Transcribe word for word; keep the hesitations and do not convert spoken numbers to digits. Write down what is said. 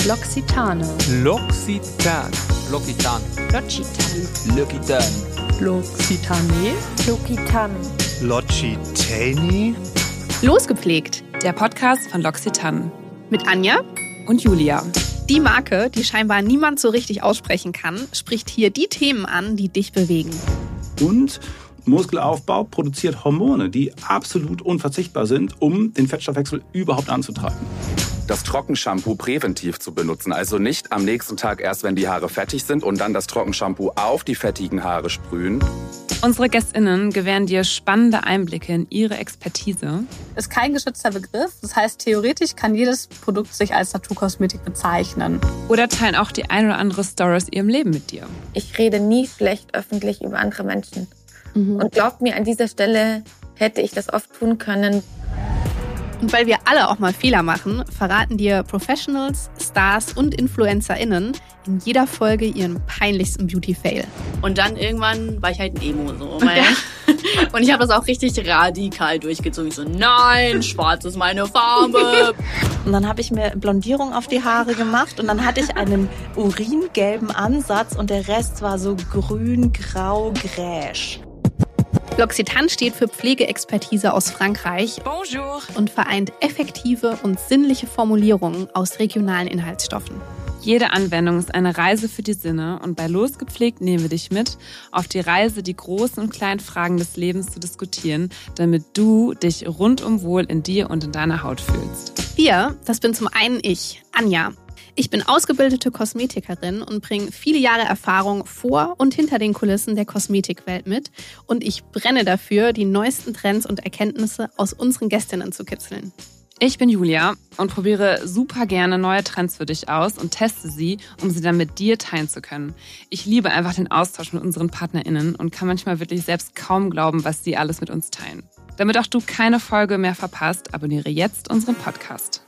L'Occitane. L'Occitane. L'Occitane. L'Occitane. L'Occitane. L'Occitane. L'Occitane. L'Occitane. Losgepflegt. Der Podcast von L'Occitane. Mit Anja und Julia. Die Marke, die scheinbar niemand so richtig aussprechen kann, spricht hier die Themen an, die dich bewegen. Und Muskelaufbau produziert Hormone, die absolut unverzichtbar sind, um den Fettstoffwechsel überhaupt anzutreiben. Das Trockenshampoo präventiv zu benutzen, also nicht am nächsten Tag erst, wenn die Haare fertig sind und dann das Trockenshampoo auf die fettigen Haare sprühen. Unsere GästInnen gewähren dir spannende Einblicke in ihre Expertise. Ist kein geschützter Begriff. Das heißt, theoretisch kann jedes Produkt sich als Naturkosmetik bezeichnen. Oder teilen auch die ein oder andere Story aus ihrem Leben mit dir. Ich rede nie schlecht öffentlich über andere Menschen. Mhm. Und glaubt mir, an dieser Stelle hätte ich das oft tun können. Und weil wir alle auch mal Fehler machen, verraten dir Professionals, Stars und InfluencerInnen in jeder Folge ihren peinlichsten Beauty-Fail. Und dann irgendwann war ich halt ein Emo. So. Ja. Und ich habe das auch richtig radikal durchgezogen. Ich so, nein, schwarz ist meine Farbe. Und dann habe ich mir Blondierung auf die Haare gemacht und dann hatte ich einen uringelben Ansatz und der Rest war so grün, grau, gräsch. L'Occitane steht für Pflegeexpertise aus Frankreich. Bonjour. Und vereint effektive und sinnliche Formulierungen aus regionalen Inhaltsstoffen. Jede Anwendung ist eine Reise für die Sinne und bei Losgepflegt nehmen wir dich mit auf die Reise, die großen und kleinen Fragen des Lebens zu diskutieren, damit du dich rundum wohl in dir und in deiner Haut fühlst. Wir, das bin zum einen ich, Anja. Ich bin ausgebildete Kosmetikerin und bringe viele Jahre Erfahrung vor und hinter den Kulissen der Kosmetikwelt mit. Und ich brenne dafür, die neuesten Trends und Erkenntnisse aus unseren Gästinnen zu kitzeln. Ich bin Julia und probiere super gerne neue Trends für dich aus und teste sie, um sie dann mit dir teilen zu können. Ich liebe einfach den Austausch mit unseren PartnerInnen und kann manchmal wirklich selbst kaum glauben, was sie alles mit uns teilen. Damit auch du keine Folge mehr verpasst, abonniere jetzt unseren Podcast.